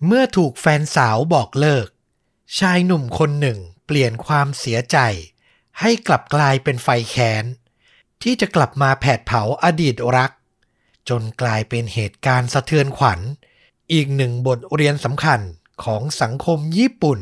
เมื่อถูกแฟนสาวบอกเลิกชายหนุ่มคนหนึ่งเปลี่ยนความเสียใจให้กลับกลายเป็นไฟแค้นที่จะกลับมาแผดเผาอดีตรักจนกลายเป็นเหตุการณ์สะเทือนขวัญอีกหนึ่งบทเรียนสำคัญของสังคมญี่ปุ่น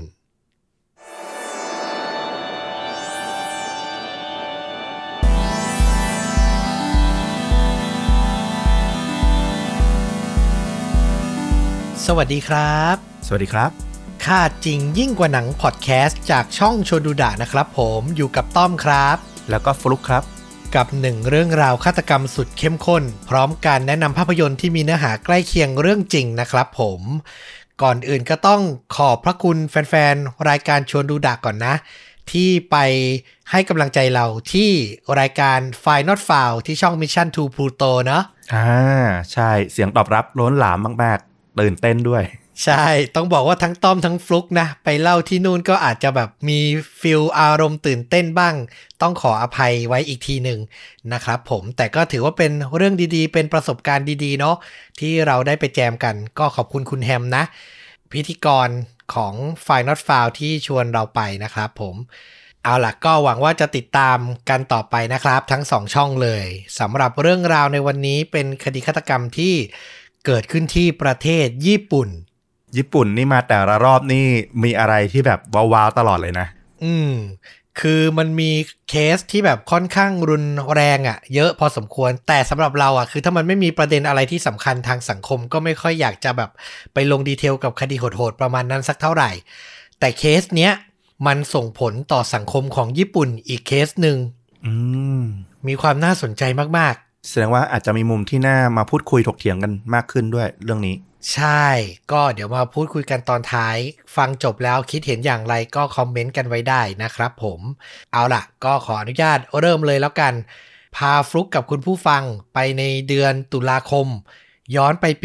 สวัสดีครับสวัสดีครับค่าจริงยิ่งกว่าหนังพอดแคสต์จากช่องโชดูดะนะครับผมอยู่กับต้อมครับแล้วก็ฟลุ๊กครับกับหนึ่งเรื่องราวฆาตกรรมสุดเข้มข้นพร้อมการแนะนำภาพยนตร์ที่มีเนื้อหาใกล้เคียงเรื่องจริงนะครับผมก่อนอื่นก็ต้องขอบพระคุณแฟนๆรายการชวนดูดะก่อนนะที่ไปให้กำลังใจเราที่รายการ File Not Found ที่ช่อง Mission to Pluto เนอะใช่เสียงตอบรับล้นหลามมากๆตื่นเต้นด้วยใช่ต้องบอกว่าทั้งต้อมทั้งฟลุกนะไปเล่าที่นู่นก็อาจจะแบบมีฟีลอารมณ์ตื่นเต้นบ้างต้องขออภัยไว้อีกทีหนึ่งนะครับผมแต่ก็ถือว่าเป็นเรื่องดีๆเป็นประสบการณ์ดีๆเนาะที่เราได้ไปแจมกันก็ขอบคุณคุณแฮมนะพิธีกรของ File Not Found ที่ชวนเราไปนะครับผมเอาล่ะก็หวังว่าจะติดตามกันต่อไปนะครับทั้ง2ช่องเลยสำหรับเรื่องราวในวันนี้เป็นคดีฆาตกรรมที่เกิดขึ้นที่ประเทศญี่ปุ่นนี่มาแต่ละรอบนี่มีอะไรที่แบบว้าวๆตลอดเลยนะคือมันมีเคสที่แบบค่อนข้างรุนแรงเยอะพอสมควรแต่สำหรับเราคือถ้ามันไม่มีประเด็นอะไรที่สำคัญทางสังคมก็ไม่ค่อยอยากจะแบบไปลงดีเทลกับคดีโหดๆประมาณนั้นสักเท่าไหร่แต่เคสเนี้ยมันส่งผลต่อสังคมของญี่ปุ่นอีกเคสหนึ่งมีความน่าสนใจมากๆแสดงว่าอาจจะมีมุมที่น่ามาพูดคุยถกเถียงกันมากขึ้นด้วยเรื่องนี้ใช่ก็เดี๋ยวมาพูดคุยกันตอนท้ายฟังจบแล้วคิดเห็นอย่างไรก็คอมเมนต์กันไว้ได้นะครับผมเอาล่ะก็ขออนุญาตเริ่มเลยแล้วกันพาฟลุกกับคุณผู้ฟังไปในเดือนตุลาคมย้อนไปปี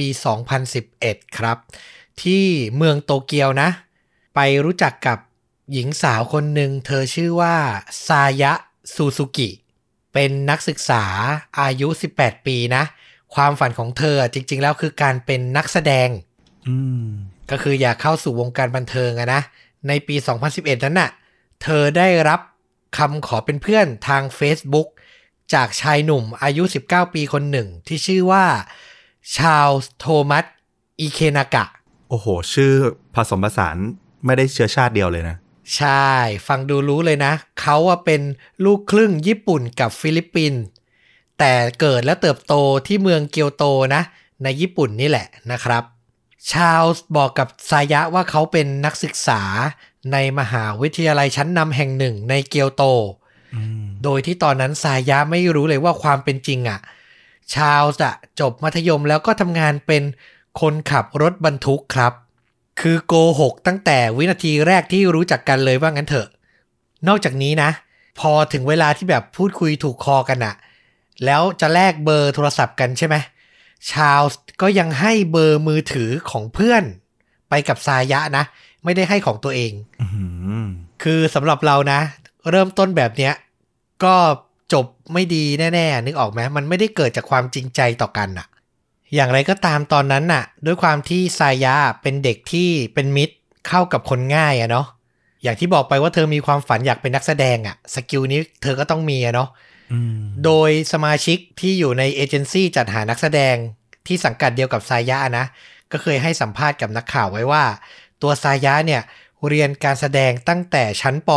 2011 ครับที่เมืองโตเกียวนะไปรู้จักกับหญิงสาวคนหนึ่งเธอชื่อว่าซายะซูซูกิเป็นนักศึกษาอายุ18 ปีนะความฝันของเธอจริงๆแล้วคือการเป็นนักแสดงก็คืออยากเข้าสู่วงการบันเทิงนะในปี 2011 นั้นน่ะเธอได้รับคำขอเป็นเพื่อนทาง Facebook จากชายหนุ่มอายุ19 ปีคนหนึ่งที่ชื่อว่าชาร์ลส์โทมัสอิเคนากะโอ้โหชื่อผสมผสานไม่ได้เชื้อชาติเดียวเลยนะใช่ฟังดูรู้เลยนะเขาเป็นลูกครึ่งญี่ปุ่นกับฟิลิปปินส์แต่เกิดและเติบโตที่เมืองเกียวโตนะในญี่ปุ่นนี่แหละนะครับชาร์ลส์บอกกับซายะว่าเขาเป็นนักศึกษาในมหาวิทยาลัยชั้นนำแห่งหนึ่งในเกียวโตโดยที่ตอนนั้นซายะไม่รู้เลยว่าความเป็นจริงชาร์ลส์จบมัธยมแล้วก็ทำงานเป็นคนขับรถบรรทุกครับคือโกหกตั้งแต่วินาทีแรกที่รู้จักกันเลยว่างั้นเถอะนอกจากนี้นะพอถึงเวลาที่แบบพูดคุยถูกคอกันแล้วจะแลกเบอร์โทรศัพท์กันใช่ไหมชาร์ลส์ก็ยังให้เบอร์มือถือของเพื่อนไปกับซายะนะไม่ได้ให้ของตัวเองคือสำหรับเรานะเริ่มต้นแบบเนี้ยก็จบไม่ดีแน่ๆนึกออกไหมมันไม่ได้เกิดจากความจริงใจต่อกันอย่างไรก็ตามตอนนั้นด้วยความที่ซายะเป็นเด็กที่เป็นมิตรเข้ากับคนง่ายเนาะอย่างที่บอกไปว่าเธอมีความฝันอยากเป็นนักแสดงสกิลนี้เธอก็ต้องมีเนาะโดยสมาชิกที่อยู่ในเอเจนซี่จัดหานักแสดงที่สังกัดเดียวกับซายะนะก็เคยให้สัมภาษณ์กับนักข่าวไว้ว่าตัวซายะเนี่ยเรียนการแสดงตั้งแต่ชั้นป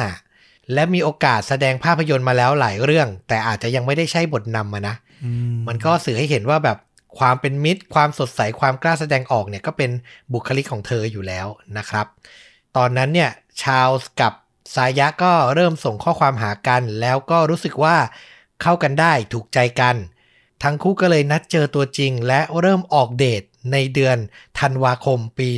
.5 และมีโอกาสแสดงภาพยนตร์มาแล้วหลายเรื่องแต่อาจจะยังไม่ได้ใช้บทนำนะมันก็สื่อให้เห็นว่าแบบความเป็นมิตรความสดใสความกล้าแสดงออกเนี่ยก็เป็นบุคลิกของเธออยู่แล้วนะครับตอนนั้นเนี่ยชาร์ลส์กับซายะก็เริ่มส่งข้อความหากันแล้วก็รู้สึกว่าเข้ากันได้ถูกใจกันทั้งคู่ก็เลยนัดเจอตัวจริงและเริ่มออกเดทในเดือนธันวาคมปี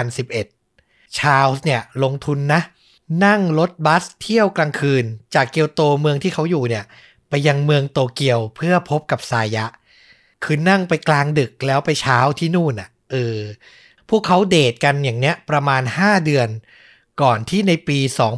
2011 ชาร์ลส์เนี่ยลงทุนนะนั่งรถบัสเที่ยวกลางคืนจากเกียวโตเมืองที่เขาอยู่เนี่ยไปยังเมืองโตเกียวเพื่อพบกับซายะคือนั่งไปกลางดึกแล้วไปเช้าที่นู่นพวกเขาเดทกันอย่างเนี้ยประมาณ5 เดือนก่อนที่ในปี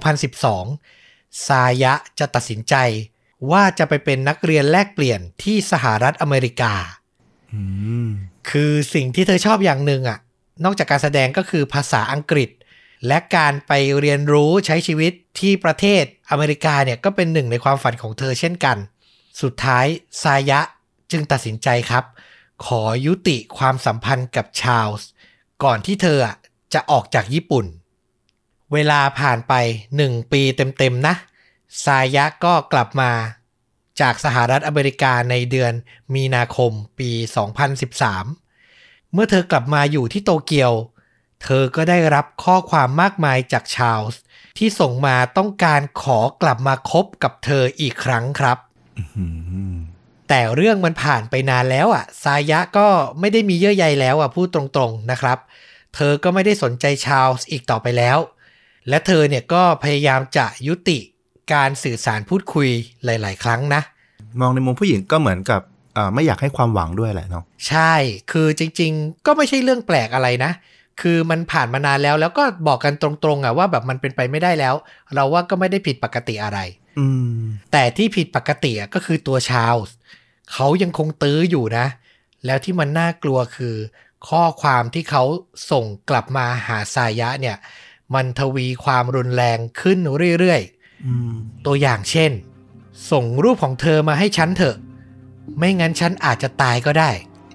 2012 ซายะจะตัดสินใจว่าจะไปเป็นนักเรียนแลกเปลี่ยนที่สหรัฐอเมริกาคือสิ่งที่เธอชอบอย่างหนึ่งนอกจากการแสดงก็คือภาษาอังกฤษและการไปเรียนรู้ใช้ชีวิตที่ประเทศอเมริกาเนี่ยก็เป็นหนึ่งในความฝันของเธอเช่นกันสุดท้ายซายะจึงตัดสินใจครับขอยุติความสัมพันธ์กับชาร์ลส์ก่อนที่เธอจะออกจากญี่ปุ่นเวลาผ่านไป1 ปีเต็มๆนะซายะก็กลับมาจากสหรัฐอเมริกาในเดือนมีนาคมปี 2013 เมื่อเธอกลับมาอยู่ที่โตเกียวเธอก็ได้รับข้อความมากมายจากชาร์ลส์ที่ส่งมาต้องการขอกลับมาคบกับเธออีกครั้งครับแต่เรื่องมันผ่านไปนานแล้วซายะก็ไม่ได้มีเยื่อใยแล้วพูดตรงๆนะครับเธอก็ไม่ได้สนใจชาร์ลส์อีกต่อไปแล้วและเธอเนี่ยก็พยายามจะยุติการสื่อสารพูดคุยหลายๆครั้งนะมองในมุมผู้หญิงก็เหมือนกับไม่อยากให้ความหวังด้วยแหละเนาะใช่คือจริงๆก็ไม่ใช่เรื่องแปลกอะไรนะคือมันผ่านมานานแล้วก็บอกกันตรงๆว่าแบบมันเป็นไปไม่ได้แล้วเราว่าก็ไม่ได้ผิดปกติอะไรแต่ที่ผิดปกติก็คือตัวชาร์ลส์เขายังคงตื้ออยู่นะแล้วที่มันน่ากลัวคือข้อความที่เขาส่งกลับมาหาซายะเนี่ยมันทวีความรุนแรงขึ้นเรื่อยๆตัวอย่างเช่นส่งรูปของเธอมาให้ฉันเถอะไม่งั้นฉันอาจจะตายก็ได้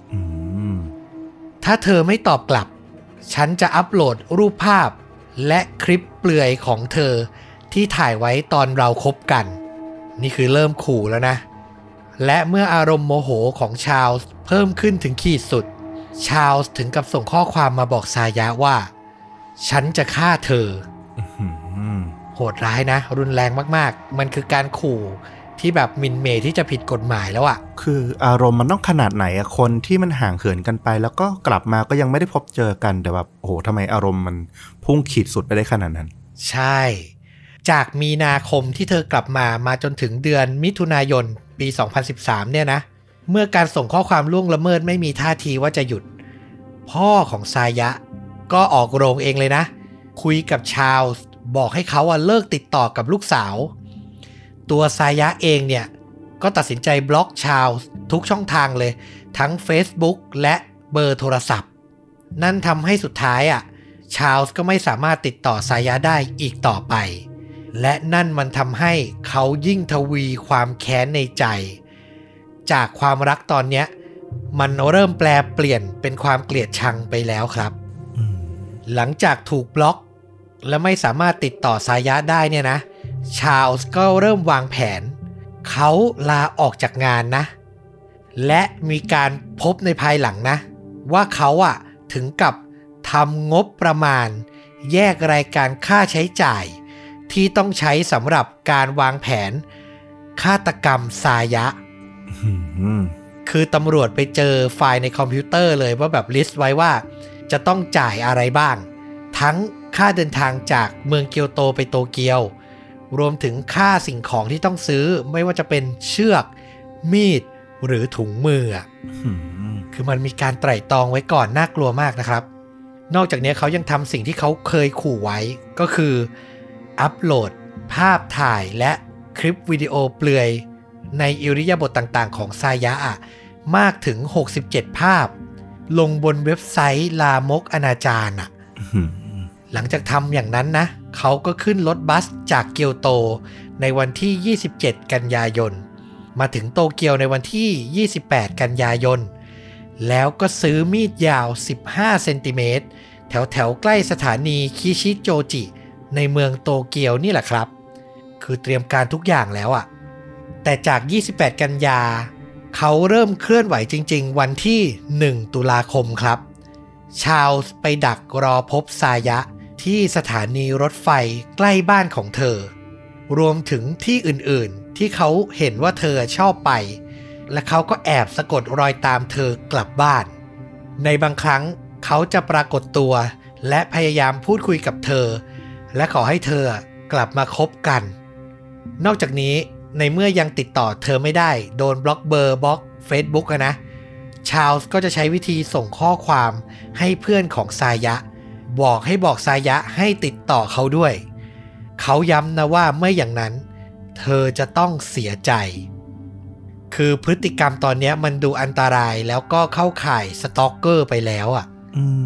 ถ้าเธอไม่ตอบกลับฉันจะอัปโหลดรูปภาพและคลิปเปลือยของเธอที่ถ่ายไว้ตอนเราคบกันนี่คือเริ่มขู่แล้วนะและเมื่ออารมณ์โมโหของชาร์ลส์เพิ่มขึ้นถึงขีดสุดชาร์ลส์ถึงกับส่งข้อความมาบอกซายะว่าฉันจะฆ่าเธอโหดร้ายนะรุนแรงมากๆมันคือการขู่ที่แบบหมิ่นเหม่ที่จะผิดกฎหมายแล้วคืออารมณ์มันต้องขนาดไหนคนที่มันห่างเหินกันไปแล้วก็กลับมาก็ยังไม่ได้พบเจอกันแต่แบบโอ้โหทำไมอารมณ์มันพุ่งขีดสุดไปได้ขนาดนั้นใช่จากมีนาคมที่เธอกลับมาจนถึงเดือนมิถุนายนปี 2013 เนี่ยนะเมื่อการส่งข้อความล่วงละเมิดไม่มีท่าทีว่าจะหยุดพ่อของซายะก็ออกโรงเองเลยนะคุยกับชาร์ลส์บอกให้เขาเลิกติดต่อกับลูกสาวตัวซายะเองเนี่ยก็ตัดสินใจบล็อกชาร์ลส์ทุกช่องทางเลยทั้ง Facebook และเบอร์โทรศัพท์นั่นทำให้สุดท้ายชาร์ลส์ก็ไม่สามารถติดต่อซายะได้อีกต่อไปและนั่นมันทำให้เขายิ่งทวีความแค้นในใจจากความรักตอนเนี้ยมันเริ่มแปลเปลี่ยนเป็นความเกลียดชังไปแล้วครับหลังจากถูกบล็อกและไม่สามารถติดต่อซายะได้เนี่ยนะชาร์ลส์ก็เริ่มวางแผนเขาลาออกจากงานนะและมีการพบในภายหลังนะว่าเขาถึงกับทำงบประมาณแยกรายการค่าใช้จ่ายที่ต้องใช้สำหรับการวางแผนฆาตกรรมซายะคือตำรวจไปเจอไฟล์ในคอมพิวเตอร์เลยว่าแบบลิสต์ไว้ว่าจะต้องจ่ายอะไรบ้างทั้งค่าเดินทางจากเมืองเกียวโตไปโตเกียวรวมถึงค่าสิ่งของที่ต้องซื้อไม่ว่าจะเป็นเชือกมีดหรือถุงมือคือมันมีการไตร่ตรองไว้ก่อนน่ากลัวมากนะครับนอกจากนี้เขายังทำสิ่งที่เขาเคยขู่ไว้ก็คืออัปโหลดภาพถ่ายและคลิปวิดีโอเปลือยในอิริยาบถต่างๆของซายะมากถึง67ภาพลงบนเว็บไซต์ลามกอนาจารหลังจากทำอย่างนั้นนะเขาก็ขึ้นรถบัสจากเกียวโตในวันที่27กันยายนมาถึงโตเกียวในวันที่28กันยายนแล้วก็ซื้อมีดยาว15เซนติเมตรแถวใกล้สถานีคิชิโจจิในเมืองโตเกียวนี่แหละครับคือเตรียมการทุกอย่างแล้วแต่จาก28กันยาเขาเริ่มเคลื่อนไหวจริงๆวันที่1ตุลาคมครับชาร์ลส์ไปดักรอพบซายะที่สถานีรถไฟใกล้บ้านของเธอรวมถึงที่อื่นๆที่เขาเห็นว่าเธอชอบไปและเขาก็แอบสะกดรอยตามเธอกลับบ้านในบางครั้งเขาจะปรากฏตัวและพยายามพูดคุยกับเธอและขอให้เธอกลับมาคบกันนอกจากนี้ในเมื่อยังติดต่อเธอไม่ได้โดนบล็อกเบอร์บล็อก Facebook นะชาร์ลส์ก็จะใช้วิธีส่งข้อความให้เพื่อนของซายะบอกซายะให้ติดต่อเขาด้วยเขาย้ำนะว่าไม่อย่างนั้นเธอจะต้องเสียใจคือพฤติกรรมตอนนี้มันดูอันตรายแล้วก็เข้าข่ายสตอกเกอร์ไปแล้ว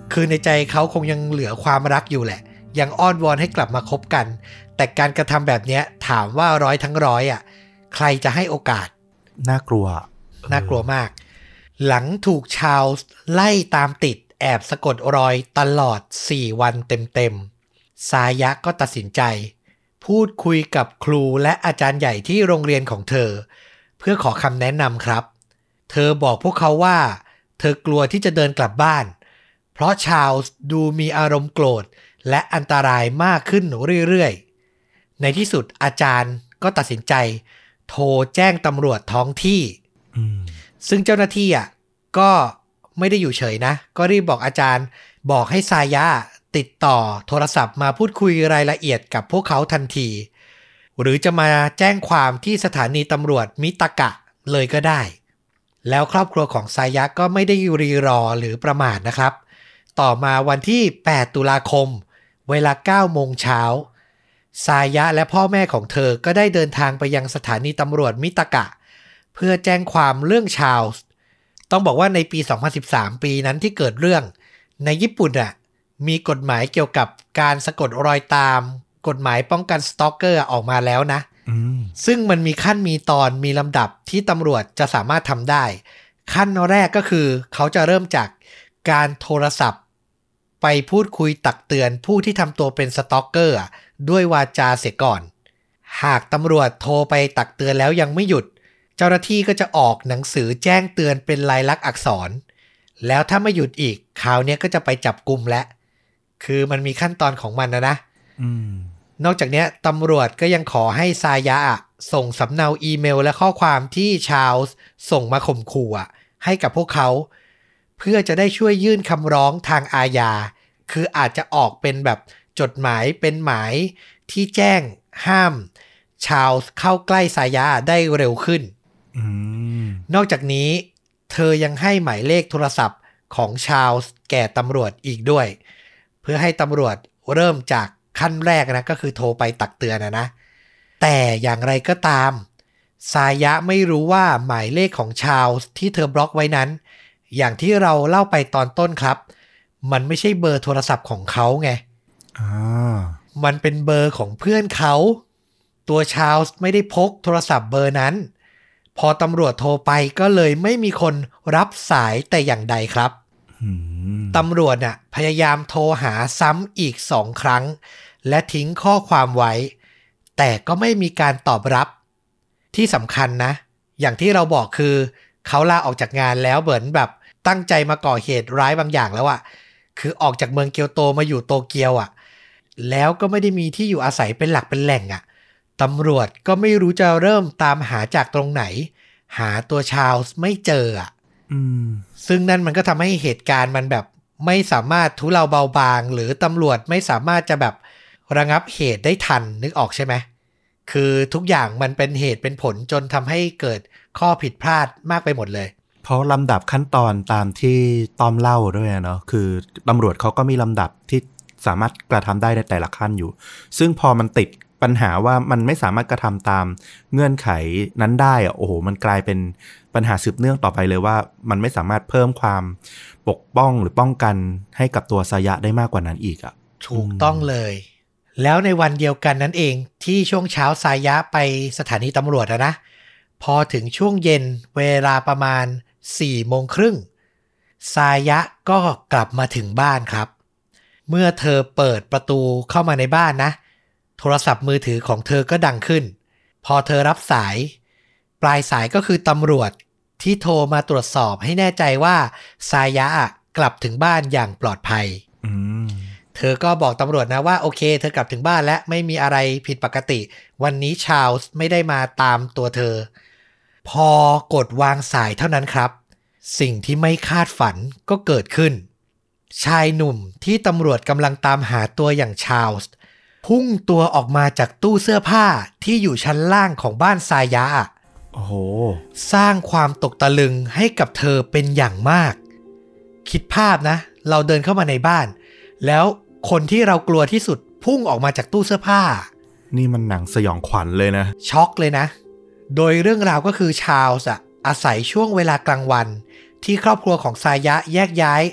คือในใจเขาคงยังเหลือความรักอยู่แหละยังอ้อนวอนให้กลับมาคบกันแต่การกระทำแบบนี้ถามว่าร้อยทั้งร้อยอ่ะใครจะให้โอกาสน่ากลัวมากหลังถูกชาร์ลส์ไล่ตามติดแอบสะกดรอยตลอด4 วันเต็มๆซายะก็ตัดสินใจพูดคุยกับครูและอาจารย์ใหญ่ที่โรงเรียนของเธอเพื่อขอคำแนะนำครับเธอบอกพวกเขาว่าเธอกลัวที่จะเดินกลับบ้านเพราะชาร์ลส์ดูมีอารมณ์โกรธและอันตรายมากขึ้นเรื่อยๆในที่สุดอาจารย์ก็ตัดสินใจโทรแจ้งตำรวจท้องที่ซึ่งเจ้าหน้าที่ก็ไม่ได้อยู่เฉยนะก็รีบบอกอาจารย์บอกให้ซายะติดต่อโทรศัพท์มาพูดคุยรายละเอียดกับพวกเขาทันทีหรือจะมาแจ้งความที่สถานีตำรวจมิตากะเลยก็ได้แล้วครอบครัวของซายะก็ไม่ได้รีรอหรือประมาทนะครับต่อมาวันที่8 ตุลาคมเวลา 9 โมงเช้าซายะและพ่อแม่ของเธอก็ได้เดินทางไปยังสถานีตำรวจมิตากะเพื่อแจ้งความเรื่องชาร์ลส์ต้องบอกว่าในปี 2013 ปีนั้นที่เกิดเรื่องในญี่ปุ่นมีกฎหมายเกี่ยวกับการสะกดรอยตามกฎหมายป้องกันสตอกเกอร์ออกมาแล้วนะซึ่งมันมีขั้นมีตอนมีลำดับที่ตำรวจจะสามารถทำได้ขั้นแรกก็คือเขาจะเริ่มจากการโทรศัพท์ไปพูดคุยตักเตือนผู้ที่ทำตัวเป็นสตอกเกอร์ด้วยวาจาเสียก่อนหากตำรวจโทรไปตักเตือนแล้วยังไม่หยุดเจ้าหน้าที่ก็จะออกหนังสือแจ้งเตือนเป็นลายลักษณ์อักษรแล้วถ้าไม่หยุดอีกคราวนี้ก็จะไปจับกุมและคือมันมีขั้นตอนของมันนะนอกจากนี้ตำรวจก็ยังขอให้ซายะส่งสำเนาอีเมลและข้อความที่ชาร์ลส์ส่งมาข่มขู่ให้กับพวกเขาเพื่อจะได้ช่วยยื่นคำร้องทางอาญาคืออาจจะออกเป็นแบบจดหมายเป็นหมายที่แจ้งห้ามชาร์ลส์เข้าใกล้ซายะได้เร็วขึ้นนอกจากนี้เธอยังให้หมายเลขโทรศัพท์ของชาร์ลส์แก่ตำรวจอีกด้วยเพื่อให้ตำรวจเริ่มจากขั้นแรกนะก็คือโทรไปตักเตือนนะแต่อย่างไรก็ตามซายะไม่รู้ว่าหมายเลขของชาร์ลส์ที่เธอบล็อกไว้นั้นอย่างที่เราเล่าไปตอนต้นครับมันไม่ใช่เบอร์โทรศัพท์ของเขาไงมันเป็นเบอร์ของเพื่อนเขาตัวชาร์ลส์ไม่ได้พกโทรศัพท์เบอร์นั้นพอตำรวจโทรไปก็เลยไม่มีคนรับสายแต่อย่างใดครับตำรวจพยายามโทรหาซ้ำอีก2 ครั้งและทิ้งข้อความไว้แต่ก็ไม่มีการตอบรับที่สำคัญนะอย่างที่เราบอกคือเขาลาออกจากงานแล้วเหมือนแบบตั้งใจมาก่อเหตุร้ายบางอย่างแล้วคือออกจากเมืองเกียวโตมาอยู่โตเกียวแล้วก็ไม่ได้มีที่อยู่อาศัยเป็นหลักเป็นแหล่งตำรวจก็ไม่รู้จะเริ่มตามหาจากตรงไหนหาตัวชาร์ลส์ไม่เจอซึ่งนั่นมันก็ทำให้เหตุการณ์มันแบบไม่สามารถทุเลาเบาบางหรือตำรวจไม่สามารถจะแบบระงับเหตุได้ทันนึกออกใช่ไหมคือทุกอย่างมันเป็นเหตุเป็นผลจนทำให้เกิดข้อผิดพลาดมากไปหมดเลยเพราะลำดับขั้นตอนตามที่ต้อมเล่าด้วยเนาะคือตำรวจเขาก็มีลำดับที่สามารถกระทำได้ในแต่ละขั้นอยู่ซึ่งพอมันติดปัญหาว่ามันไม่สามารถกระทำตามเงื่อนไขนั้นได้โอ้โหมันกลายเป็นปัญหาสืบเนื่องต่อไปเลยว่ามันไม่สามารถเพิ่มความปกป้องหรือป้องกันให้กับตัวซายะได้มากกว่านั้นอีกถูกต้องเลยแล้วในวันเดียวกันนั้นเองที่ช่วงเช้าซายะไปสถานีตำรวจนะพอถึงช่วงเย็นเวลาประมาณ4 โมงครึ่งซายะก็กลับมาถึงบ้านครับเมื่อเธอเปิดประตูเข้ามาในบ้านนะโทรศัพท์มือถือของเธอก็ดังขึ้นพอเธอรับสายปลายสายก็คือตำรวจที่โทรมาตรวจสอบให้แน่ใจว่าซายะกลับถึงบ้านอย่างปลอดภัยเธอก็บอกตำรวจนะว่าโอเคเธอกลับถึงบ้านและไม่มีอะไรผิดปกติวันนี้ชาร์ลส์ไม่ได้มาตามตัวเธอพอกดวางสายเท่านั้นครับสิ่งที่ไม่คาดฝันก็เกิดขึ้นชายหนุ่มที่ตำรวจกำลังตามหาตัวอย่างชาร์ลส์พุ่งตัวออกมาจากตู้เสื้อผ้าที่อยู่ชั้นล่างของบ้านซายะโอ้โหสร้างความตกตะลึงให้กับเธอเป็นอย่างมากคิดภาพนะเราเดินเข้ามาในบ้านแล้วคนที่เรากลัวที่สุดพุ่งออกมาจากตู้เสื้อผ้านี่มันหนังสยองขวัญเลยนะช็อกเลยนะโดยเรื่องราวก็คือชาร์ลส์อาศัยช่วงเวลากลางวันที่ครอบครัวของซายะแยกย้าย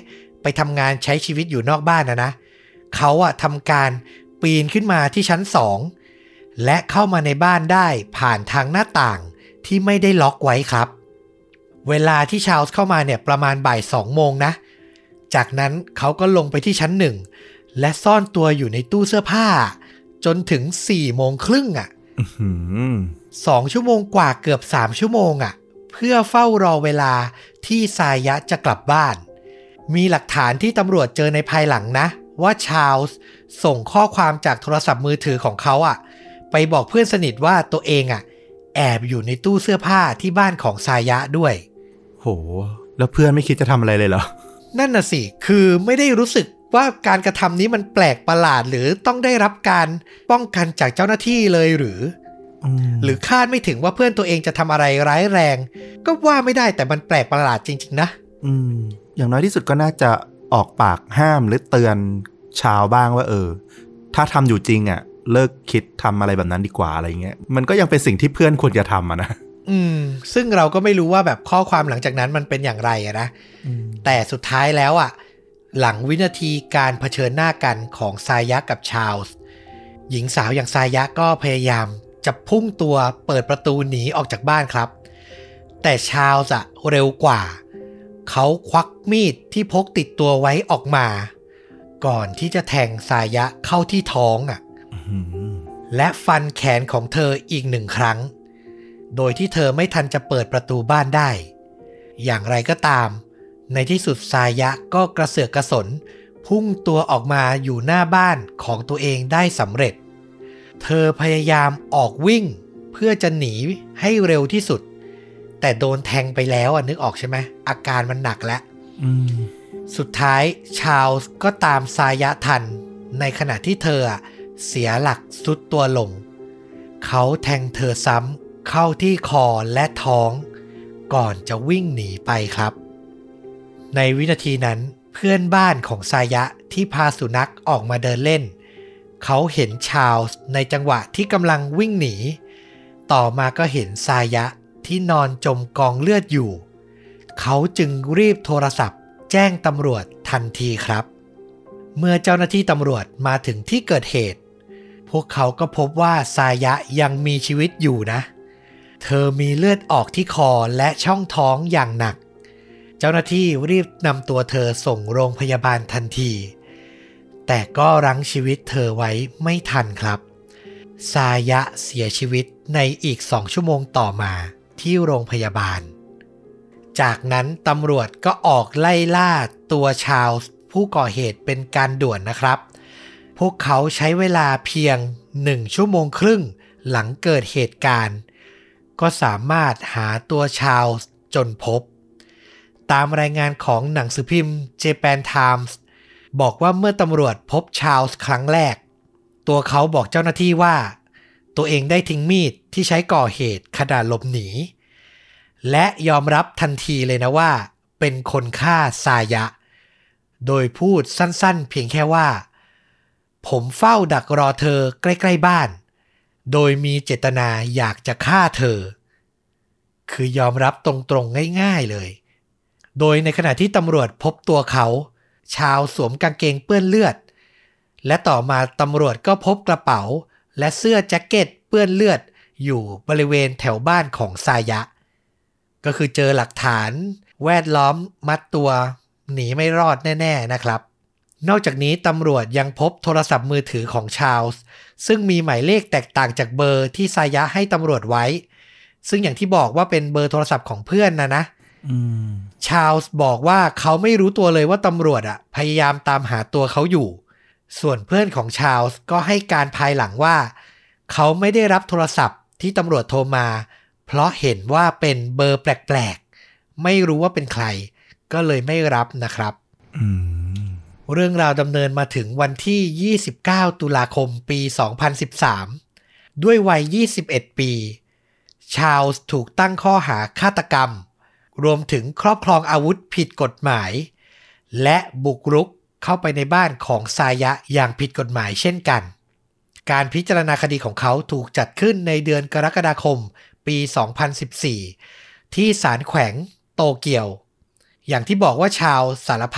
ไปทำงานใช้ชีวิตอยู่นอกบ้านนะเขาทำการปีนขึ้นมาที่ชั้น2และเข้ามาในบ้านได้ผ่านทางหน้าต่างที่ไม่ได้ล็อกไว้ครับเวลาที่ชาร์ลส์เข้ามาเนี่ยประมาณบ่าย2 โมงนะจากนั้นเขาก็ลงไปที่ชั้น1และซ่อนตัวอยู่ในตู้เสื้อผ้าจนถึง4 โมงครึ่ง2 ชั่วโมงกว่าเกือบ3 ชั่วโมงเพื่อเฝ้ารอเวลาที่ซายะจะกลับบ้านมีหลักฐานที่ตำรวจเจอในภายหลังนะว่าชาร์ลส์ส่งข้อความจากโทรศัพท์มือถือของเขาไปบอกเพื่อนสนิทว่าตัวเองแอบอยู่ในตู้เสื้อผ้าที่บ้านของซายะด้วยโหแล้วเพื่อนไม่คิดจะทำอะไรเลยเหรอนั่นน่ะสิคือไม่ได้รู้สึกว่าการกระทำนี้มันแปลกประหลาดหรือต้องได้รับการป้องกันจากเจ้าหน้าที่เลยหรือคาดไม่ถึงว่าเพื่อนตัวเองจะทำอะไรร้ายแรงก็ว่าไม่ได้แต่มันแปลกประหลาดจริงๆนะอย่างน้อยที่สุดก็น่าจะออกปากห้ามหรือเตือนชาวบ้างว่าถ้าทำอยู่จริงเลิกคิดทำอะไรแบบนั้นดีกว่าอะไรเงี้ยมันก็ยังเป็นสิ่งที่เพื่อนควรจะทำนะซึ่งเราก็ไม่รู้ว่าแบบข้อความหลังจากนั้นมันเป็นอย่างไรนะแต่สุดท้ายแล้วหลังวินาทีการเผชิญหน้ากันของซายะกับชาร์ลส์หญิงสาวอย่างซายะก็พยายามจะพุ่งตัวเปิดประตูหนีออกจากบ้านครับแต่ชาร์ลส์เร็วกว่าเขาควักมีดที่พกติดตัวไว้ออกมาก่อนที่จะแทงซายะเข้าที่ท้องและฟันแขนของเธออีก1 ครั้งโดยที่เธอไม่ทันจะเปิดประตูบ้านได้อย่างไรก็ตามในที่สุดซายะก็กระเสือกกระสนพุ่งตัวออกมาอยู่หน้าบ้านของตัวเองได้สำเร็จเธอพยายามออกวิ่งเพื่อจะหนีให้เร็วที่สุดแต่โดนแทงไปแล้วนึกออกใช่ไหมอาการมันหนักแล้วสุดท้ายชาร์ลส์ก็ตามซายะทันในขณะที่เธอเสียหลักทรุดตัวลงเขาแทงเธอซ้ำเข้าที่คอและท้องก่อนจะวิ่งหนีไปครับในวินาทีนั้นเพื่อนบ้านของซายะที่พาสุนัขออกมาเดินเล่นเขาเห็นชาร์ลส์ในจังหวะที่กำลังวิ่งหนีต่อมาก็เห็นซายะที่นอนจมกองเลือดอยู่เขาจึงรีบโทรศัพท์แจ้งตำรวจทันทีครับเมื่อเจ้าหน้าที่ตำรวจมาถึงที่เกิดเหตุพวกเขาก็พบว่าซายะยังมีชีวิตอยู่นะเธอมีเลือดออกที่คอและช่องท้องอย่างหนักเจ้าหน้าที่รีบนำตัวเธอส่งโรงพยาบาลทันทีแต่ก็รั้งชีวิตเธอไว้ไม่ทันครับซายะเสียชีวิตในอีก2 ชั่วโมงต่อมาที่โรงพยาบาลจากนั้นตำรวจก็ออกไล่ล่าตัวชาร์ลส์ผู้ก่อเหตุเป็นการด่วนนะครับพวกเขาใช้เวลาเพียง1 ชั่วโมงครึ่งหลังเกิดเหตุการณ์ก็สามารถหาตัวชาร์ลส์จนพบตามรายงานของหนังสือพิมพ์ Japan Times บอกว่าเมื่อตำรวจพบชาร์ลส์ครั้งแรกตัวเขาบอกเจ้าหน้าที่ว่าตัวเองได้ทิ้งมีดที่ใช้ก่อเหตุขณะหลบหนีและยอมรับทันทีเลยนะว่าเป็นคนฆ่าซายะโดยพูดสั้นๆเพียงแค่ว่าผมเฝ้าดักรอเธอใกล้ๆบ้านโดยมีเจตนาอยากจะฆ่าเธอคือยอมรับตรงๆง่ายๆเลยโดยในขณะที่ตำรวจพบตัวเขาชาวสวมกางเกงเปื้อนเลือดและต่อมาตำรวจก็พบกระเป๋าและเสื้อแจ็คเก็ตเปื้อนเลือดอยู่บริเวณแถวบ้านของซายะก็คือเจอหลักฐานแวดล้อมมัดตัวหนีไม่รอดแน่ๆนะครับนอกจากนี้ตำรวจยังพบโทรศัพท์มือถือของชาร์ลส์ซึ่งมีหมายเลขแตกต่างจากเบอร์ที่ซายะให้ตำรวจไว้ซึ่งอย่างที่บอกว่าเป็นเบอร์โทรศัพท์ของเพื่อนนะชาร์ลส์บอกว่าเขาไม่รู้ตัวเลยว่าตำรวจพยายามตามหาตัวเขาอยู่ส่วนเพื่อนของชาร์ลส์ก็ให้การภายหลังว่าเขาไม่ได้รับโทรศัพท์ที่ตำรวจโทรมาเพราะเห็นว่าเป็นเบอร์แปลกๆไม่รู้ว่าเป็นใครก็เลยไม่รับนะครับเรื่องราวดำเนินมาถึงวันที่29 ตุลาคมปี 2013ด้วยวัย21 ปีชาร์ลส์ถูกตั้งข้อหาฆาตกรรมรวมถึงครอบครองอาวุธผิดกฎหมายและบุกรุกเข้าไปในบ้านของซายะอย่างผิดกฎหมายเช่นกันการพิจารณาคดีของเขาถูกจัดขึ้นในเดือนกรกฎาคมปี 2014ที่ศาลแขวงโตเกียวอย่างที่บอกว่าชาวสารภาพ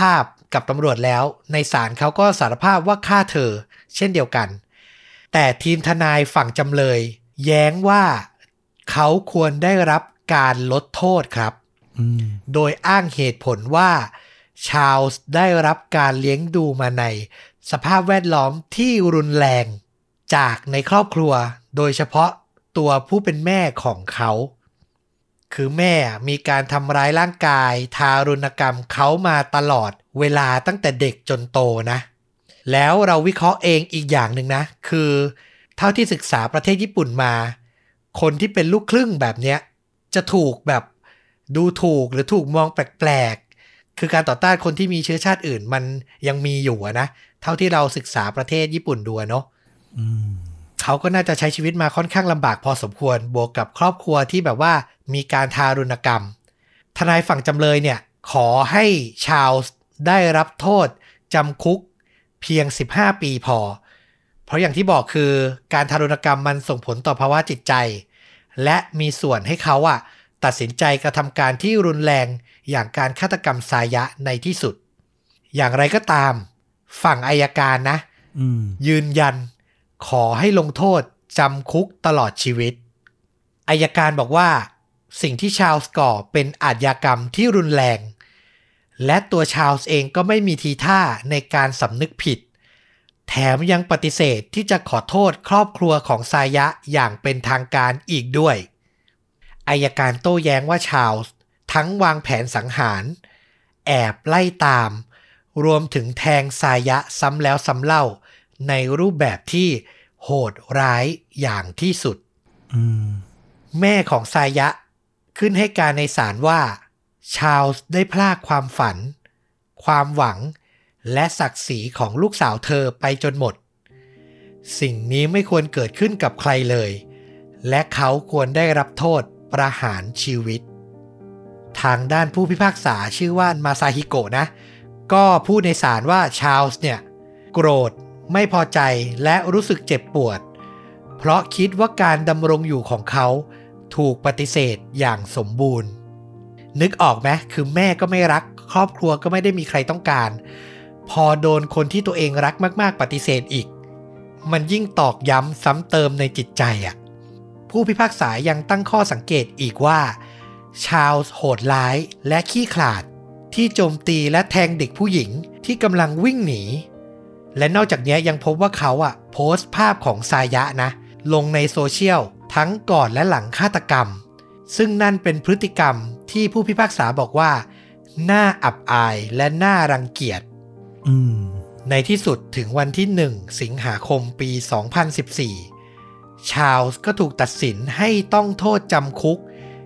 กับตำรวจแล้วในศาลเขาก็สารภาพว่าฆ่าเธอเช่นเดียวกันแต่ทีมทนายฝั่งจำเลยแย้งว่าเขาควรได้รับการลดโทษครับโดยอ้างเหตุผลว่าชาร์ลส์ได้รับการเลี้ยงดูมาในสภาพแวดล้อมที่รุนแรงจากในครอบครัวโดยเฉพาะตัวผู้เป็นแม่ของเขาคือแม่มีการทำร้ายร่างกายทารุณกรรมเขามาตลอดเวลาตั้งแต่เด็กจนโตนะแล้วเราวิเคราะห์เองอีกอย่างหนึ่งนะคือเท่าที่ศึกษาประเทศญี่ปุ่นมาคนที่เป็นลูกครึ่งแบบเนี้ยจะถูกแบบดูถูกหรือถูกมองแปลกๆคือการต่อต้านคนที่มีเชื้อชาติอื่นมันยังมีอยู่นะเท่าที่เราศึกษาประเทศญี่ปุ่นดูเนาะเขาก็น่าจะใช้ชีวิตมาค่อนข้างลำบากพอสมควรบวกกับครอบครัวที่แบบว่ามีการทารุณกรรมทนายฝั่งจำเลยเนี่ยขอให้ชาร์ลส์ได้รับโทษจำคุกเพียง15 ปีพอเพราะอย่างที่บอกคือการทารุณกรรมมันส่งผลต่อภาวะจิตใจและมีส่วนให้เขาตัดสินใจกระทำการที่รุนแรงอย่างการฆาตกรรมซายะในที่สุดอย่างไรก็ตามฝั่งอัยการนะยืนยันขอให้ลงโทษจำคุกตลอดชีวิตอัยการบอกว่าสิ่งที่ชาร์ลส์ก่อเป็นอาชญากรรมที่รุนแรงและตัวชาร์ลส์เองก็ไม่มีทีท่าในการสำนึกผิดแถมยังปฏิเสธที่จะขอโทษครอบครัวของซายะอย่างเป็นทางการอีกด้วยอัยการโต้แย้งว่าชาร์ลส์ทั้งวางแผนสังหารแอบไล่ตามรวมถึงแทงซายะซ้ำแล้วซ้ำเล่าในรูปแบบที่โหดร้ายอย่างที่สุดแม่ของซายะขึ้นให้การในศาลว่าชาร์ลส์ได้พลากความฝันความหวังและศักดิ์ศรีของลูกสาวเธอไปจนหมดสิ่งนี้ไม่ควรเกิดขึ้นกับใครเลยและเขาควรได้รับโทษประหารชีวิตทางด้านผู้พิพากษาชื่อว่ามาซาฮิโกะนะก็พูดในศาลว่าชาร์ลส์เนี่ยโกรธไม่พอใจและรู้สึกเจ็บปวดเพราะคิดว่าการดำรงอยู่ของเขาถูกปฏิเสธอย่างสมบูรณ์นึกออกไหมคือแม่ก็ไม่รักครอบครัวก็ไม่ได้มีใครต้องการพอโดนคนที่ตัวเองรักมากๆปฏิเสธอีกมันยิ่งตอกย้ำซ้ำเติมในจิตใจผู้พิพากษายังตั้งข้อสังเกตอีกว่าชาร์ลส์โหดร้ายและขี้ขลาดที่โจมตีและแทงเด็กผู้หญิงที่กำลังวิ่งหนีและนอกจากนี้ยังพบว่าเขาโพสต์ภาพของซายะนะลงในโซเชียลทั้งก่อนและหลังฆาตกรรมซึ่งนั่นเป็นพฤติกรรมที่ผู้พิพากษาบอกว่าน่าอับอายและน่ารังเกียจในที่สุดถึงวันที่1 สิงหาคมปี 2014ชาร์ลส์ก็ถูกตัดสินให้ต้องโทษจำคุก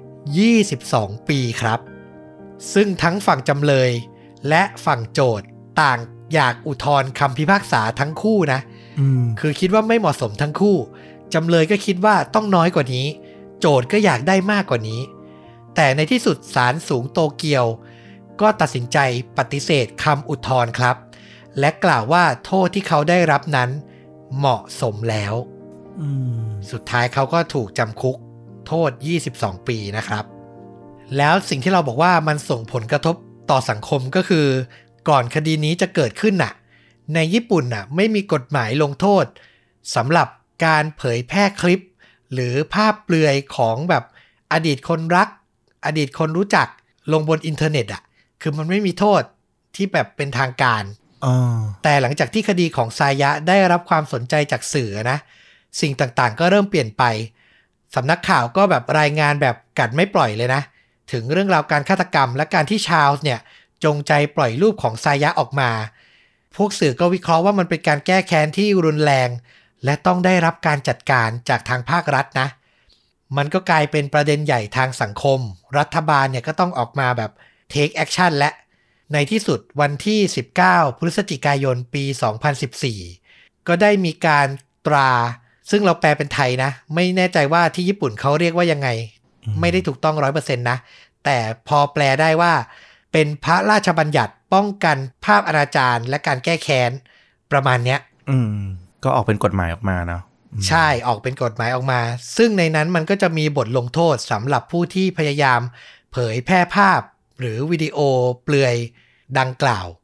22 ปีครับซึ่งทั้งฝั่งจำเลยและฝั่งโจทก์ต่างอยากอุทธรณ์คำพิพากษาทั้งคู่นะคือคิดว่าไม่เหมาะสมทั้งคู่จำเลยก็คิดว่าต้องน้อยกว่านี้โจทก์ก็อยากได้มากกว่านี้แต่ในที่สุดศาลสูงโตเกียวก็ตัดสินใจปฏิเสธคำอุทธรณ์ครับและกล่าวว่าโทษที่เขาได้รับนั้นเหมาะสมแล้วสุดท้ายเขาก็ถูกจำคุกโทษ22 ปีนะครับแล้วสิ่งที่เราบอกว่ามันส่งผลกระทบต่อสังคมก็คือก่อนคดีนี้จะเกิดขึ้นในญี่ปุ่นไม่มีกฎหมายลงโทษสำหรับการเผยแพร่คลิปหรือภาพเปลือยของแบบอดีตคนรักอดีตคนรู้จักลงบนอินเทอร์เน็ตคือมันไม่มีโทษที่แบบเป็นทางการแต่หลังจากที่คดีของซายะได้รับความสนใจจากสื่อนะสิ่งต่างๆก็เริ่มเปลี่ยนไปสำนักข่าวก็แบบรายงานแบบกัดไม่ปล่อยเลยนะถึงเรื่องราวการฆาตกรรมและการที่ชาร์ลส์เนี่ยจงใจปล่อยรูปของซายะออกมาพวกสื่อก็วิเคราะห์ว่ามันเป็นการแก้แค้นที่รุนแรงและต้องได้รับการจัดการจากทางภาครัฐนะมันก็กลายเป็นประเด็นใหญ่ทางสังคมรัฐบาลเนี่ยก็ต้องออกมาแบบ take action และในที่สุดวันที่19 พฤศจิกายนปี 2014ก็ได้มีการตราซึ่งเราแปลเป็นไทยนะไม่แน่ใจว่าที่ญี่ปุ่นเขาเรียกว่ายังไงไม่ได้ถูกต้อง 100% นะแต่พอแปลได้ว่าเป็นพระราชบัญญัติป้องกันภาพอนาจารและการแก้แค้นประมาณเนี้ยก็ออกเป็นกฎหมายออกมาเนาะใช่ออกเป็นกฎหมายออกมาซึ่งในนั้นมันก็จะมีบทลงโทษสำหรับผู้ที่พยายามเผยแพร่ภาพหรือวิดีโอเปลือยดังกล่าว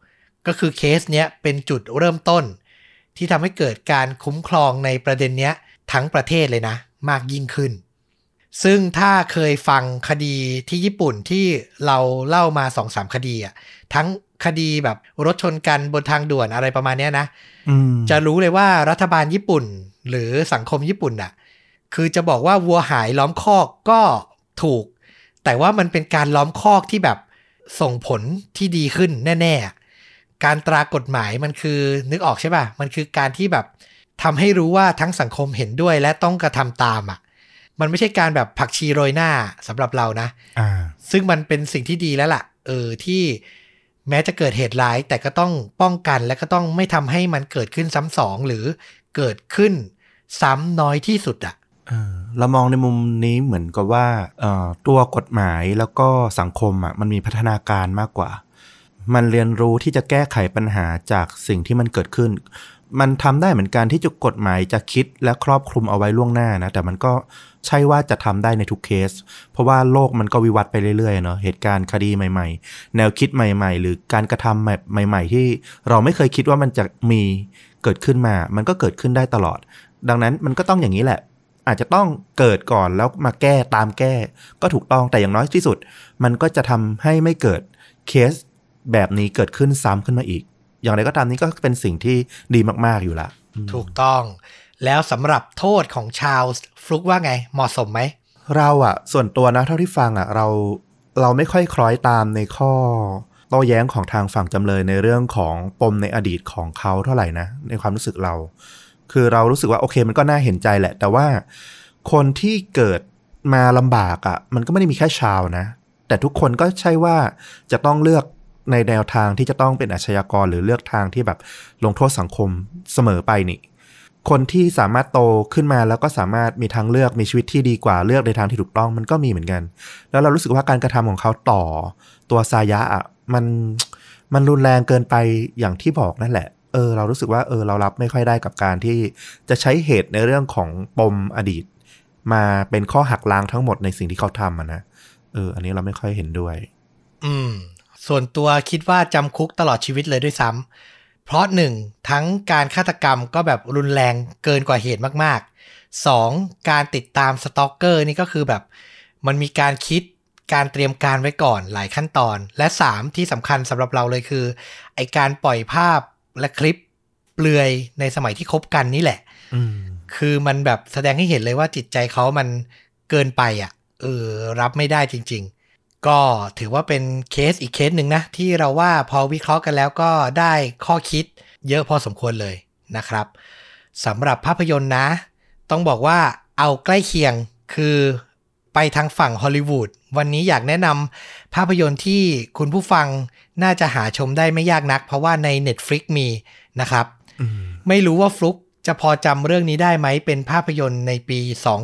ก็คือเคสเนี้ยเป็นจุดเริ่มต้นที่ทำให้เกิดการคุ้มครองในประเด็นเนี้ยทั้งประเทศเลยนะมากยิ่งขึ้นซึ่งถ้าเคยฟังคดีที่ญี่ปุ่นที่เราเล่ามา 2-3 คดีอ่ะทั้งคดีแบบรถชนกันบนทางด่วนอะไรประมาณเนี้ยนะจะรู้เลยว่ารัฐบาลญี่ปุ่นหรือสังคมญี่ปุ่นอ่ะคือจะบอกว่าวัวหายล้อมคอกก็ถูกแต่ว่ามันเป็นการล้อมคอกที่แบบส่งผลที่ดีขึ้นแน่ๆการตรากฎหมายมันคือนึกออกใช่ป่ะมันคือการที่แบบทำให้รู้ว่าทั้งสังคมเห็นด้วยและต้องกระทำตามอ่ะมันไม่ใช่การแบบผักชีโรยหน้าสำหรับเรานะซึ่งมันเป็นสิ่งที่ดีแล้วล่ะที่แม้จะเกิดเหตุร้ายแต่ก็ต้องป้องกันและก็ต้องไม่ทำให้มันเกิดขึ้นซ้ำสองหรือเกิดขึ้นซ้ำน้อยที่สุดอ่ะเรามองในมุมนี้เหมือนกับว่าตัวกฎหมายแล้วก็สังคมอ่ะมันมีพัฒนาการมากกว่ามันเรียนรู้ที่จะแก้ไขปัญหาจากสิ่งที่มันเกิดขึ้นมันทำได้เหมือนกันที่จะกฎหมายจะคิดและครอบคลุมเอาไว้ล่วงหน้านะแต่มันก็ใช่ว่าจะทำได้ในทุกเคสเพราะว่าโลกมันก็วิวัฒน์ไปเรื่อยๆเนาะเหตุการณ์คดีใหม่ๆแนวคิดใหม่ๆหรือการกระทำใหม่ๆที่เราไม่เคยคิดว่ามันจะมีเกิดขึ้นมามันก็เกิดขึ้นได้ตลอดดังนั้นมันก็ต้องอย่างนี้แหละอาจจะต้องเกิดก่อนแล้วมาแก้ตามแก้ก็ถูกต้องแต่อย่างน้อยที่สุดมันก็จะทำให้ไม่เกิดเคสแบบนี้เกิดขึ้นซ้ำขึ้นมาอีกอย่างไรก็ตามนี้ก็เป็นสิ่งที่ดีมากๆอยู่ละถูกต้องแล้วสำหรับโทษของชาวฟลุกว่าไงเหมาะสมไหมเราส่วนตัวนะเท่าที่ฟังเราไม่ค่อยคล้อยตามในข้อโต้แย้งของทางฝั่งจำเลยในเรื่องของปมในอดีตของเขาเท่าไหร่นะในความรู้สึกเราคือเรารู้สึกว่าโอเคมันก็น่าเห็นใจแหละแต่ว่าคนที่เกิดมาลำบากมันก็ไม่ได้มีแค่ชาวนะแต่ทุกคนก็ใช่ว่าจะต้องเลือกในแนวทางที่จะต้องเป็นอาชญากรหรือเลือกทางที่แบบลงโทษสังคมเสมอไปนี่คนที่สามารถโตขึ้นมาแล้วก็สามารถมีทางเลือกมีชีวิตที่ดีกว่าเลือกในทางที่ถูกต้องมันก็มีเหมือนกันแล้วเรารู้สึกว่าการกระทำของเขาต่อตัวซายะมันรุนแรงเกินไปอย่างที่บอกนั่นแหละเรารู้สึกว่าเรารับไม่ค่อยได้กับการที่จะใช้เหตุในเรื่องของปมอดีตมาเป็นข้อหักล้างทั้งหมดในสิ่งที่เขาทำนะอันนี้เราไม่ค่อยเห็นด้วยส่วนตัวคิดว่าจำคุกตลอดชีวิตเลยด้วยซ้ำเพราะ1ทั้งการฆาตกรรมก็แบบรุนแรงเกินกว่าเหตุมากๆ2การติดตามสตอกเกอร์นี่ก็คือแบบมันมีการคิดการเตรียมการไว้ก่อนหลายขั้นตอนและ3ที่สำคัญสำหรับเราเลยคือไอการปล่อยภาพและคลิปเปลือยในสมัยที่คบกันนี่แหละคือมันแบบแสดงให้เห็นเลยว่าจิตใจเขามันเกินไปรับไม่ได้จริงๆก็ถือว่าเป็นเคสอีกเคสหนึ่งนะที่เราว่าพอวิเคราะห์กันแล้วก็ได้ข้อคิดเยอะพอสมควรเลยนะครับสำหรับภาพยนตร์นะต้องบอกว่าเอาใกล้เคียงคือไปทางฝั่งฮอลลีวูดวันนี้อยากแนะนำภาพยนตร์ที่คุณผู้ฟังน่าจะหาชมได้ไม่ยากนักเพราะว่าใน Netflix มีนะครับไม่รู้ว่าฟลุกจะพอจำเรื่องนี้ได้ไหมเป็นภาพยนตร์ในปี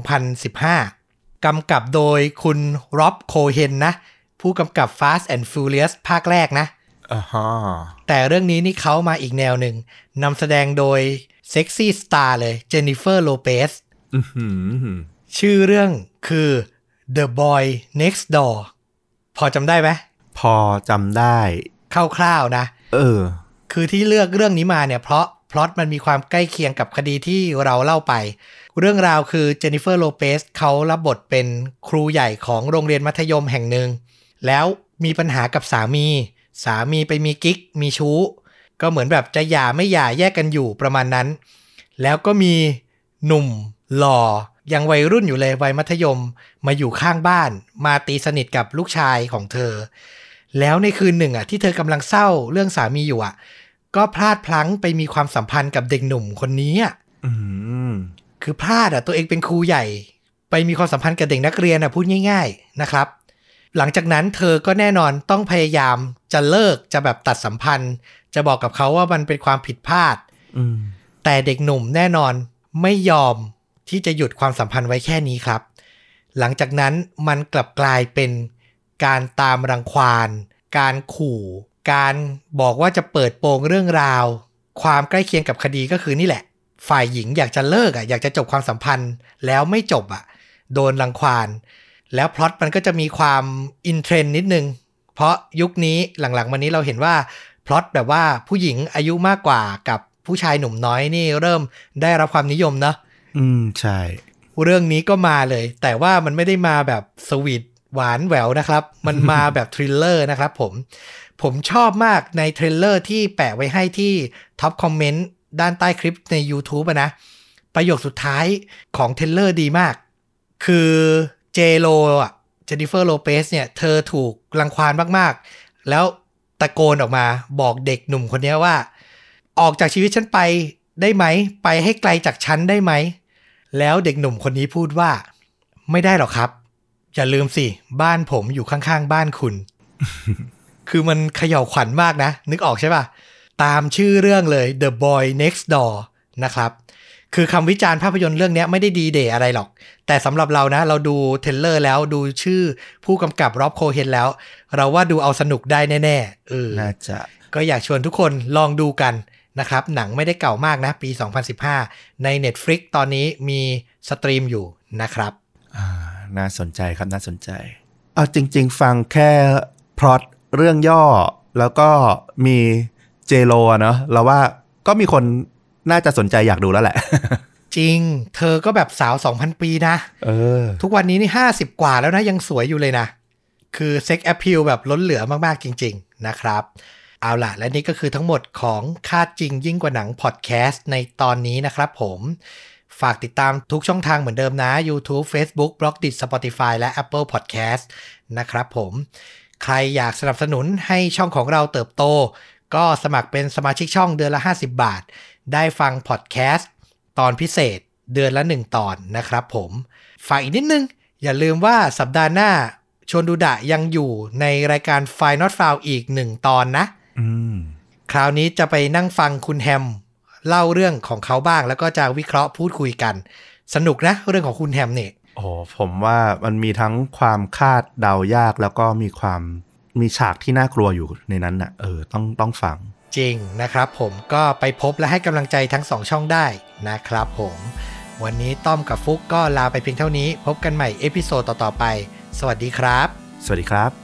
2015 กำกับโดยคุณร็อบโคเฮนนะผู้กำกับ Fast and Furious ภาคแรกนะแต่เรื่องนี้นี่เขามาอีกแนวหนึ่งนำแสดงโดยเซ็กซี่สตาร์เลยเจนนิเฟอร์โลเปซชื่อเรื่องคือ The Boy Next Door พอจำได้ไหมพอจำได้คร่าวๆนะคือที่เลือกเรื่องนี้มาเนี่ยเพราะพล็อตมันมีความใกล้เคียงกับคดีที่เราเล่าไปเรื่องราวคือเจนนิเฟอร์โลเปซเขารับบทเป็นครูใหญ่ของโรงเรียนมัธยมแห่งหนึ่งแล้วมีปัญหากับสามีไปมีกิ๊กมีชู้ก็เหมือนแบบจะหย่าไม่หย่าแยกกันอยู่ประมาณนั้นแล้วก็มีหนุ่มหล่อยังวัยรุ่นอยู่เลยวัยมัธยมมาอยู่ข้างบ้านมาตีสนิทกับลูกชายของเธอแล้วในคืนหนึ่งที่เธอกำลังเศร้าเรื่องสามีอยู่ก็พลาดพลั้งไปมีความสัมพันธ์กับเด็กหนุ่มคนนี้คือพลาดตัวเองเป็นครูใหญ่ไปมีความสัมพันธ์กับเด็กนักเรียนพูดง่ายๆนะครับหลังจากนั้นเธอก็แน่นอนต้องพยายามจะเลิกจะแบบตัดสัมพันธ์จะบอกกับเขาว่ามันเป็นความผิดพลาดแต่เด็กหนุ่มแน่นอนไม่ยอมที่จะหยุดความสัมพันธ์ไว้แค่นี้ครับหลังจากนั้นมันกลับกลายเป็นการตามรังควานการขู่การบอกว่าจะเปิดโปงเรื่องราวความใกล้เคียงกับคดีก็คือนี่แหละฝ่ายหญิงอยากจะเลิกอยากจะจบความสัมพันธ์แล้วไม่จบโดนรังควานแล้วพล็อตมันก็จะมีความอินเทรนด์นิดนึงเพราะยุคนี้หลังๆมานี้เราเห็นว่าพล็อตแบบว่าผู้หญิงอายุมากกว่ากับผู้ชายหนุ่มน้อยนี่เริ่มได้รับความนิยมเนาะใช่เรื่องนี้ก็มาเลยแต่ว่ามันไม่ได้มาแบบสวีทหวานแหววนะครับมันมาแบบทริลเลอร์นะครับผมชอบมากในเทรลเลอร์ที่แปะไว้ให้ที่ท็อปคอมเมนต์ด้านใต้คลิปใน YouTube นะประโยคสุดท้ายของเทรลเลอร์ดีมากคือเจโลอ่ะเจนนิเฟอร์โลเปสเนี่ยเธอถูกรังควานมากๆแล้วตะโกนออกมาบอกเด็กหนุ่มคนนี้ว่าออกจากชีวิตฉันไปได้ไหมไปให้ไกลจากฉันได้ไหมแล้วเด็กหนุ่มคนนี้พูดว่าไม่ได้หรอกครับอย่าลืมสิบ้านผมอยู่ข้างๆบ้านคุณ คือมันเขย่าขวัญมากนะนึกออกใช่ป่ะตามชื่อเรื่องเลย The Boy Next Door นะครับคือคำวิจารณ์ภาพยนตร์เรื่องนี้ไม่ได้ดีเดย์อะไรหรอกแต่สำหรับเรานะเราดูเทรลเลอร์แล้วดูชื่อผู้กำกับร็อบโคเฮนแล้วเราว่าดูเอาสนุกได้แน่ๆน่าจะก็อยากชวนทุกคนลองดูกันนะครับหนังไม่ได้เก่ามากนะปี2015ใน Netflix ตอนนี้มีสตรีมอยู่นะครับน่าสนใจครับน่าสนใจเอาจริงๆฟังแค่พล็อตเรื่องย่อแล้วก็มีเจโลเนาะเราว่าก็มีคนน่าจะสนใจอยากดูแล้วแหละจริงเธอก็แบบสาว 2,000 ปีนะทุกวันนี้นี่50กว่าแล้วนะยังสวยอยู่เลยนะคือเซ็กแอพพิลแบบล้นเหลือมากๆจริงๆนะครับเอาล่ะและนี่ก็คือทั้งหมดของค่าจริงยิ่งกว่าหนังพอดแคสต์ในตอนนี้นะครับผมฝากติดตามทุกช่องทางเหมือนเดิมนะ YouTube Facebook Blogdit Spotify และ Apple Podcast นะครับผมใครอยากสนับสนุนให้ช่องของเราเติบโตก็สมัครเป็นสมาชิกช่องเดือนละ50 บาทได้ฟังพอดแคสต์ตอนพิเศษเดือนละ1ตอนนะครับผมฝากอีกนิดนึงอย่าลืมว่าสัปดาห์หน้าชวนดูดะยังอยู่ในรายการ File Not Found อีก1ตอนนะคราวนี้จะไปนั่งฟังคุณแฮมเล่าเรื่องของเขาบ้างแล้วก็จะวิเคราะห์พูดคุยกันสนุกนะเรื่องของคุณแฮมเนี่ยโอ้ผมว่ามันมีทั้งความคาดเดายากแล้วก็มีฉากที่น่ากลัวอยู่ในนั้นน่ะต้องฟังจริงนะครับผมก็ไปพบและให้กำลังใจทั้ง2ช่องได้นะครับผมวันนี้ต้อมกับฟุกก็ลาไปเพียงเท่านี้พบกันใหม่เอพิโซดต่อๆไปสวัสดีครับสวัสดีครับ